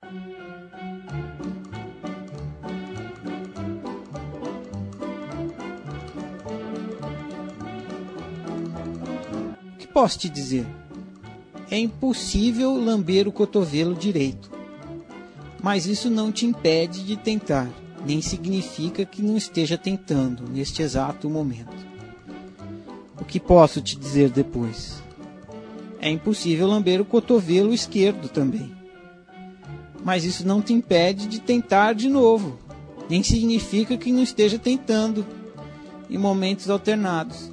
O que posso te dizer? É impossível lamber o cotovelo direito, mas isso não te impede de tentar, nem significa que não esteja tentando neste exato momento. O que posso te dizer depois? É impossível lamber o cotovelo esquerdo também, mas isso não te impede de tentar de novo, nem significa que não esteja tentando em momentos alternados.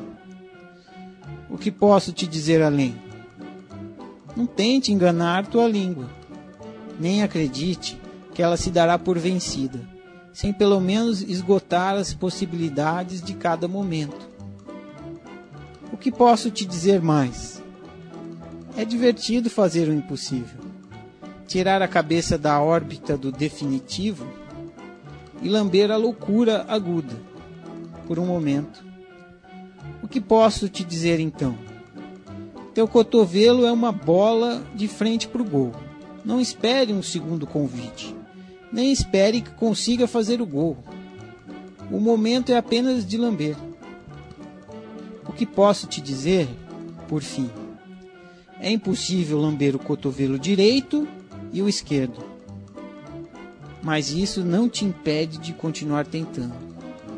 O que posso te dizer além? Não tente enganar tua língua, nem acredite que ela se dará por vencida, sem pelo menos esgotar as possibilidades de cada momento. O que posso te dizer mais? É divertido fazer o impossível, tirar a cabeça da órbita do definitivo e lamber a loucura aguda, por um momento. O que posso te dizer então? Teu cotovelo é uma bola de frente para o gol. Não espere um segundo convite, nem espere que consiga fazer o gol. O momento é apenas de lamber. O que posso te dizer, por fim? É impossível lamber o cotovelo direito e o esquerdo, mas isso não te impede de continuar tentando.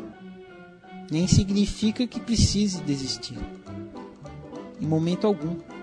Nem significa que precise desistir, em momento algum.